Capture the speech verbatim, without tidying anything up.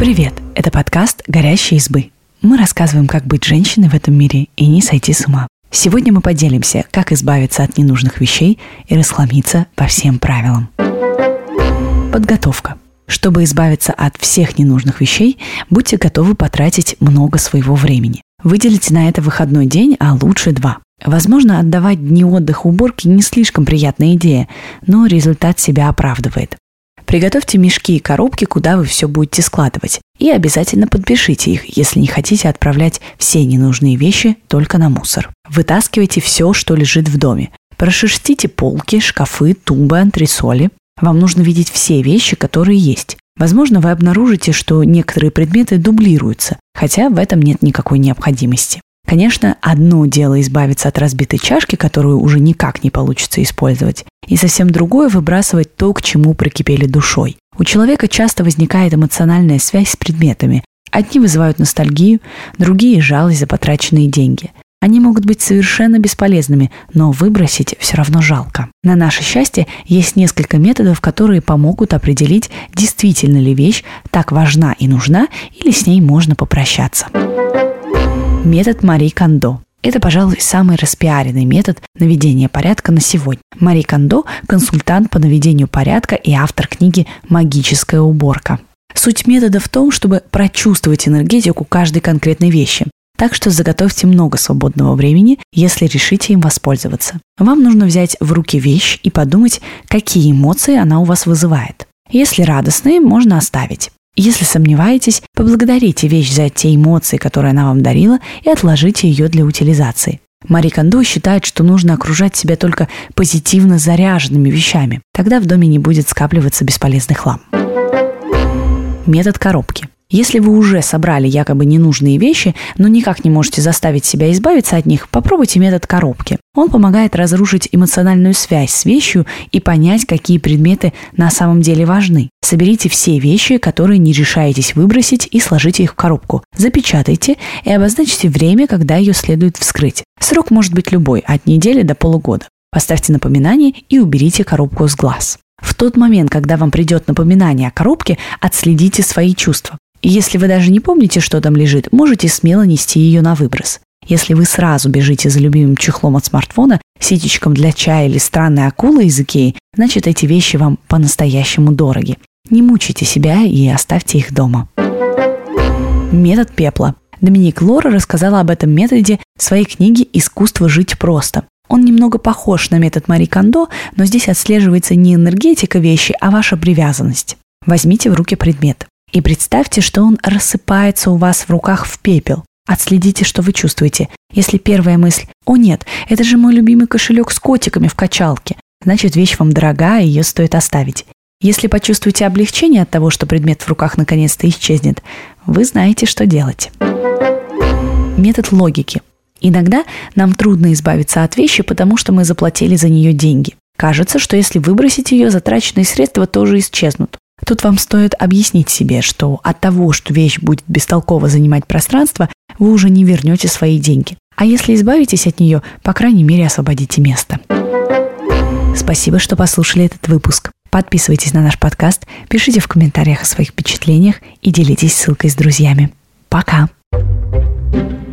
Привет! Это подкаст «Горящие избы». Мы рассказываем, как быть женщиной в этом мире и не сойти с ума. Сегодня мы поделимся, как избавиться от ненужных вещей и расхламиться по всем правилам. Подготовка. Чтобы избавиться от всех ненужных вещей, будьте готовы потратить много своего времени. Выделите на это выходной день, а лучше два. Возможно, отдавать дни отдыха уборке не слишком приятная идея, но результат себя оправдывает. Приготовьте мешки и коробки, куда вы все будете складывать. И обязательно подпишите их, если не хотите отправлять все ненужные вещи только на мусор. Вытаскивайте все, что лежит в доме. Прошерстите полки, шкафы, тумбы, антресоли. Вам нужно видеть все вещи, которые есть. Возможно, вы обнаружите, что некоторые предметы дублируются, хотя в этом нет никакой необходимости. Конечно, одно дело избавиться от разбитой чашки, которую уже никак не получится использовать, и совсем другое выбрасывать то, к чему прикипели душой. У человека часто возникает эмоциональная связь с предметами. Одни вызывают ностальгию, другие – жалость за потраченные деньги. Они могут быть совершенно бесполезными, но выбросить все равно жалко. На наше счастье есть несколько методов, которые помогут определить, действительно ли вещь так важна и нужна, или с ней можно попрощаться. Метод Мари Кондо. Это, пожалуй, самый распиаренный метод наведения порядка на сегодня. Мари Кондо – консультант по наведению порядка и автор книги «Магическая уборка». Суть метода в том, чтобы прочувствовать энергетику каждой конкретной вещи. Так что заготовьте много свободного времени, если решите им воспользоваться. Вам нужно взять в руки вещь и подумать, какие эмоции она у вас вызывает. Если радостные, можно оставить. Если сомневаетесь, поблагодарите вещь за те эмоции, которые она вам дарила, и отложите ее для утилизации. Мари Кондо считает, что нужно окружать себя только позитивно заряженными вещами. Тогда в доме не будет скапливаться бесполезный хлам. Метод коробки. Если вы уже собрали якобы ненужные вещи, но никак не можете заставить себя избавиться от них, попробуйте метод коробки. Он помогает разрушить эмоциональную связь с вещью и понять, какие предметы на самом деле важны. Соберите все вещи, которые не решаетесь выбросить, и сложите их в коробку. Запечатайте и обозначьте время, когда ее следует вскрыть. Срок может быть любой, от недели до полугода. Поставьте напоминание и уберите коробку с глаз. В тот момент, когда вам придет напоминание о коробке, отследите свои чувства. И если вы даже не помните, что там лежит, можете смело нести ее на выброс. Если вы сразу бежите за любимым чехлом от смартфона, ситечком для чая или странной акулой из Икеи, значит, эти вещи вам по-настоящему дороги. Не мучайте себя и оставьте их дома. Метод пепла. Доминик Лора рассказала об этом методе в своей книге «Искусство жить просто». Он немного похож на метод Мари Кондо, но здесь отслеживается не энергетика вещи, а ваша привязанность. Возьмите в руки предмет и представьте, что он рассыпается у вас в руках в пепел. Отследите, что вы чувствуете. Если первая мысль «О нет, это же мой любимый кошелек с котиками в качалке», значит, вещь вам дорога, и ее стоит оставить. Если почувствуете облегчение от того, что предмет в руках наконец-то исчезнет, вы знаете, что делать. Метод логики. Иногда нам трудно избавиться от вещи, потому что мы заплатили за нее деньги. Кажется, что если выбросить ее, затраченные средства тоже исчезнут. Тут вам стоит объяснить себе, что от того, что вещь будет бестолково занимать пространство, вы уже не вернете свои деньги. А если избавитесь от нее, по крайней мере, освободите место. Спасибо, что послушали этот выпуск. Подписывайтесь на наш подкаст, пишите в комментариях о своих впечатлениях и делитесь ссылкой с друзьями. Пока!